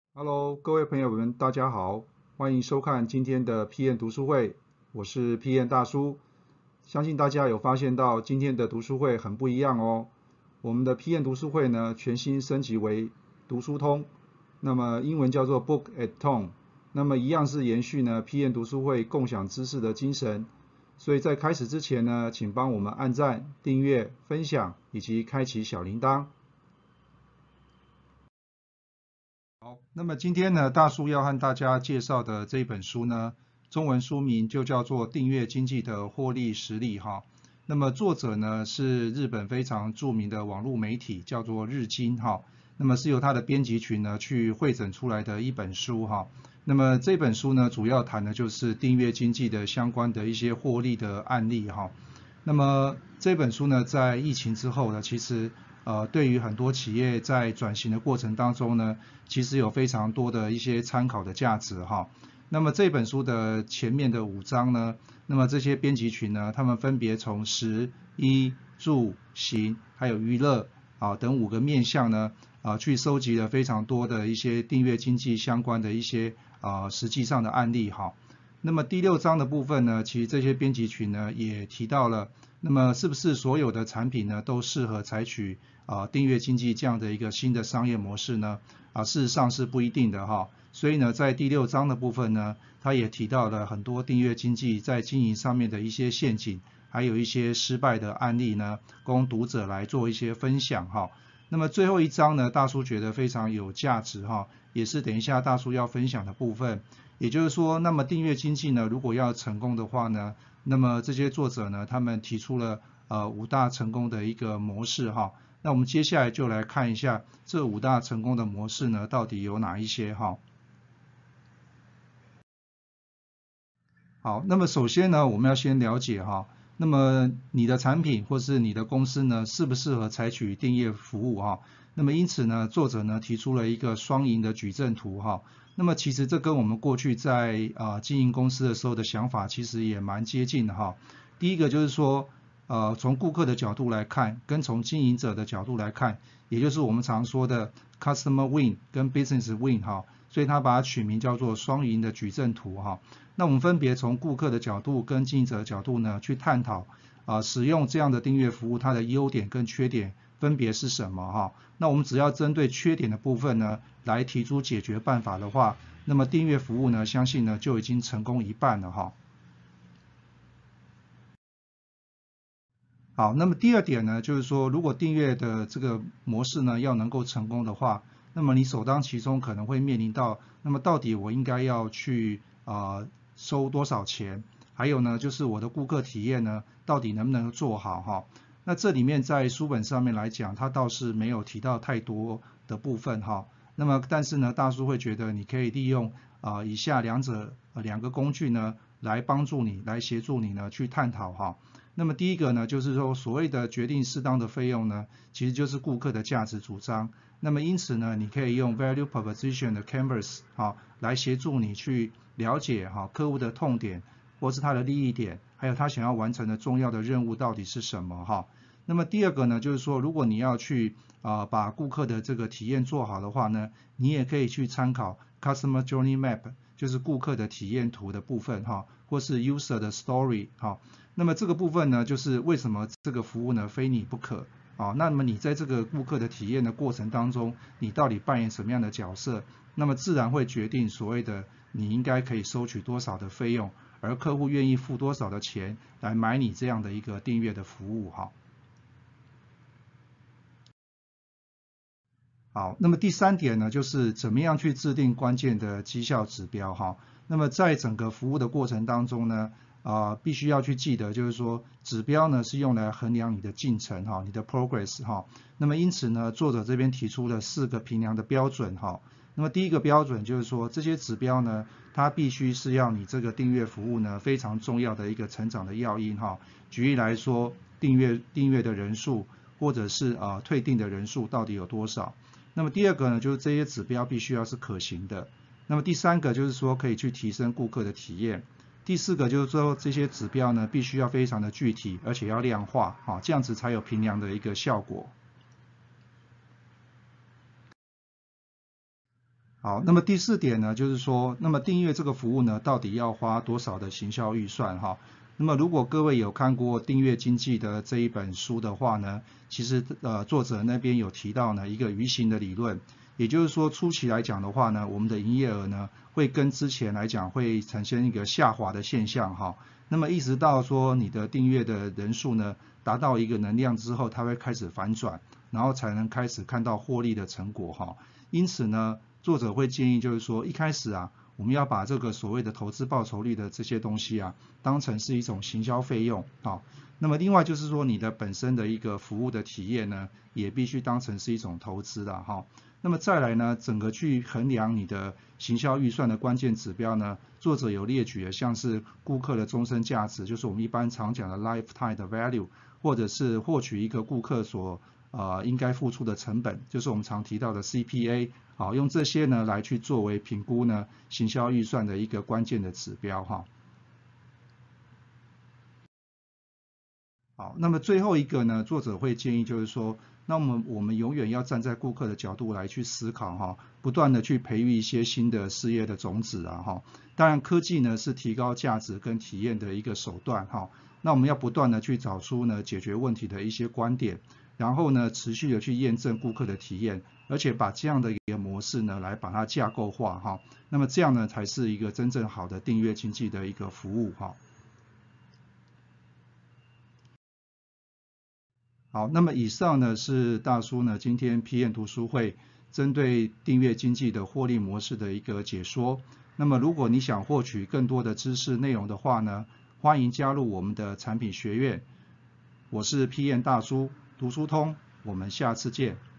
Hello，各位朋友们，大家好，欢迎收看今天的 PM 读书会，我是 PM 大叔。相信大家有发现到今天的读书会很不一样哦。我们的 PM 读书会呢，全新升级为读书通，那么英文叫做 Book at Home，那么一样是延续呢 PM 读书会共享知识的精神。所以在开始之前呢，请帮我们按赞、订阅、分享以及开启小铃铛。好，那么今天呢，大叔要和大家介绍的这一本书呢，中文书名就叫做《订阅经济的获利实力》哈。那么作者呢是日本非常著名的网络媒体，叫做日经哈。那么是由他的编辑群呢去汇整出来的一本书哈。那么这本书呢，主要谈的就是订阅经济的相关的一些获利的案例哈。那么这本书呢，在疫情之后呢，其实对于很多企业在转型的过程当中呢，其实有非常多的一些参考的价值哈。那么这本书的前面的5章呢，那么这些编辑群呢，他们分别从食、衣、住、行还有娱乐等5个面向呢，去收集了非常多的一些订阅经济相关的一些实际上的案例哈。那么第6章的部分呢，其实这些编辑群呢也提到了，那么是不是所有的产品呢都适合采取订阅经济这样的一个新的商业模式呢？事实上是不一定的哈。所以呢，在第6章的部分呢，他也提到了很多订阅经济在经营上面的一些陷阱，还有一些失败的案例呢，供读者来做一些分享哈。那么最后一章呢，大叔觉得非常有价值哈，也是等一下大叔要分享的部分。也就是说，那么订阅经济呢，如果要成功的话呢，那么这些作者呢，他们提出了5大成功的一个模式哈。那我们接下来就来看一下这5大成功的模式呢，到底有哪一些哈。好，那么首先呢，我们要先了解哈，那么你的产品或是你的公司呢，适不适合采取订阅服务哈？那么因此呢，作者呢提出了一个双赢的矩阵图哈。那么其实这跟我们过去在经营公司的时候的想法其实也蛮接近的哈。第一个就是说，从顾客的角度来看，跟从经营者的角度来看，也就是我们常说的 customer win 跟 business win 哈。所以他把它取名叫做双赢的矩阵图哈。那我们分别从顾客的角度跟经营者的角度呢，去探讨使用这样的订阅服务它的优点跟缺点分别是什么哈。那我们只要针对缺点的部分呢，来提出解决办法的话，那么订阅服务呢，相信呢就已经成功一半了哈。好，那么第二点呢，就是说，如果订阅的这个模式呢要能够成功的话，那么你首当其冲可能会面临到，那么到底我应该要去收多少钱？还有呢，就是我的顾客体验呢，到底能不能做好哈？那这里面在书本上面来讲，它倒是没有提到太多的部分哈。那么但是呢，大叔会觉得你可以利用以下两个工具呢，来帮助你，来协助你呢去探讨哈。那么第一个呢，就是说所谓的决定适当的费用呢，其实就是顾客的价值主张。那么因此呢，你可以用 value proposition 的 canvas 来协助你去了解客户的痛点，或是他的利益点，还有他想要完成的重要的任务到底是什么哈。那么第二个呢，就是说如果你要去把顾客的这个体验做好的话呢，你也可以去参考 customer journey map，就是顾客的体验图的部分哈，或是 user 的 story 哈。那么这个部分呢，就是为什么这个服务呢非你不可啊？那么你在这个顾客的体验的过程当中，你到底扮演什么样的角色？那么自然会决定所谓的你应该可以收取多少的费用，而客户愿意付多少的钱来买你这样的一个订阅的服务哈。好，那么第三点呢，就是怎么样去制定关键的绩效指标哈。那么在整个服务的过程当中呢，必须要去记得，就是说指标呢是用来衡量你的进程哈，你的 progress 哈。那么因此呢，作者这边提出了4个评量的标准哈。那么第一个标准就是说，这些指标呢，它必须是要你这个订阅服务呢非常重要的一个成长的要因哈。举例来说，订阅的人数，或者是退订的人数到底有多少？那么第二个呢，就是这些指标必须要是可行的。那么第三个就是说可以去提升顾客的体验。第4个就是说这些指标呢必须要非常的具体，而且要量化，这样子才有评量的一个效果。 好，那么第4点呢，就是说，那么订阅这个服务呢，到底要花多少的行销预算哈？那么如果各位有看过订阅经济的这一本书的话呢，其实作者那边有提到呢一个鱼形的理论，也就是说初期来讲的话呢，我们的营业额呢会跟之前来讲会呈现一个下滑的现象哈。那么一直到说你的订阅的人数呢达到一个能量之后，它会开始反转，然后才能开始看到获利的成果哈。因此呢，作者会建议就是说，一开始啊，我们要把这个所谓的投资报酬率的这些东西啊，当成是一种行销费用啊。那么另外就是说，你的本身的一个服务的体验呢，也必须当成是一种投资的哈。那么再来呢，整个去衡量你的行销预算的关键指标呢，作者有列举了像是顾客的终身价值，就是我们一般常讲的 lifetime 的 value， 或者是获取一个顾客所应该付出的成本，就是我们常提到的 CPA， 好，用这些呢来去作为评估呢行销预算的一个关键的指标哈。好，那么最后一个呢，作者会建议就是说，那我们永远要站在顾客的角度来去思考哈，不断的去培育一些新的事业的种子啊哈。当然科技呢是提高价值跟体验的一个手段哈，那我们要不断的去找出呢解决问题的一些观点，然后呢持续的去验证顾客的体验，而且把这样的一个模式呢来把它架构化哈，那么这样呢才是一个真正好的订阅经济的一个服务哈。好，那么以上呢是大叔呢今天 PM 读书会针对订阅经济的获利模式的一个解说。那么如果你想获取更多的知识内容的话呢，欢迎加入我们的产品学院。我是 PM 大叔，读书通，我们下次见。